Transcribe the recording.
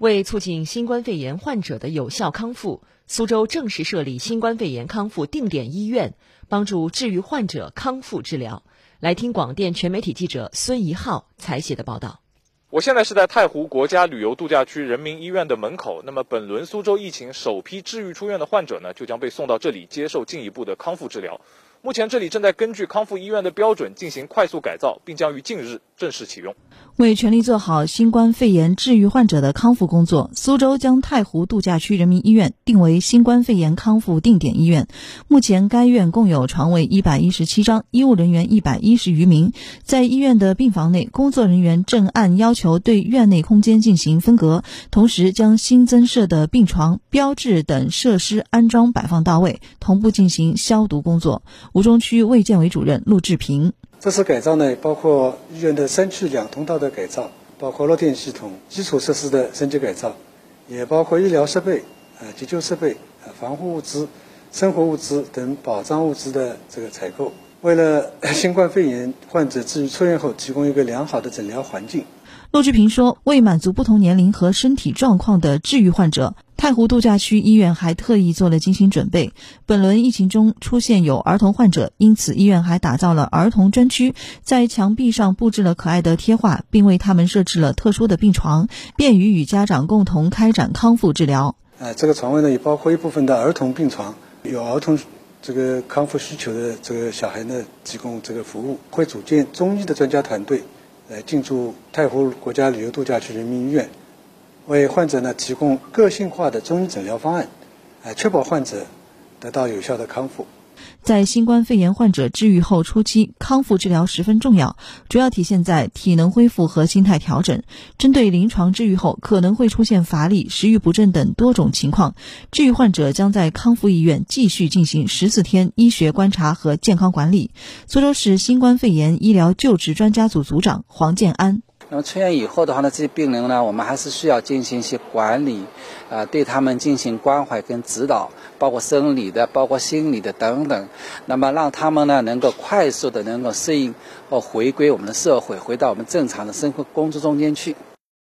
为促进新冠肺炎患者的有效康复，苏州正式设立新冠肺炎康复定点医院，帮助治愈患者康复治疗。来听广电全媒体记者孙怡浩采写的报道。 我现在是在太湖国家旅游度假区人民医院的门口。那么本轮苏州疫情首批治愈出院的患者呢，就将被送到这里接受进一步的康复治疗。目前这里正在根据康复医院的标准进行快速改造，并将于近日正式启用。 为全力做好新冠肺炎治愈患者的康复工作，苏州将太湖度假区人民医院定为新冠肺炎康复定点医院。目前该院共有床位117张，医务人员110余名。在医院的病房内，工作人员正按要求对院内空间进行分隔，同时将新增设的病床、标志等设施安装摆放到位，同步进行消毒工作。吴中区卫健委主任陆志平。 这次改造呢，包括医院的3区2通道的改造，包括漏电系统、基础设施的升级改造，也包括医疗设备、急救设备、防护物资、生活物资等保障物资的这个采购。为了新冠肺炎患者治愈出院后提供一个良好的诊疗环境。 陆志平说，为满足不同年龄和身体状况的治愈患者，太湖度假区医院还特意做了精心准备。本轮疫情中出现有儿童患者，因此医院还打造了儿童专区，在墙壁上布置了可爱的贴画，并为他们设置了特殊的病床，便于与家长共同开展康复治疗。 这个床位呢，也包括一部分的儿童病床，有儿童这个康复需求的这个小孩呢，提供这个服务。会组建中医的专家团队来进驻太湖国家旅游度假区人民医院，为患者呢提供个性化的中医诊疗方案，确保患者得到有效的康复。 在新冠肺炎患者治愈后初期，康复治疗十分重要，主要体现在体能恢复和心态调整。针对临床治愈后可能会出现乏力、食欲不振等多种情况，治愈患者将在康复医院继续进行14天医学观察和健康管理。苏州市新冠肺炎医疗救治专家组组长黄建安。 那么出院以后的话呢，这些病人呢，我们还是需要进行一些管理，对他们进行关怀跟指导，包括生理的，包括心理的等等。那么让他们呢，能够快速的能够适应和回归我们的社会，回到我们正常的生活工作中间去。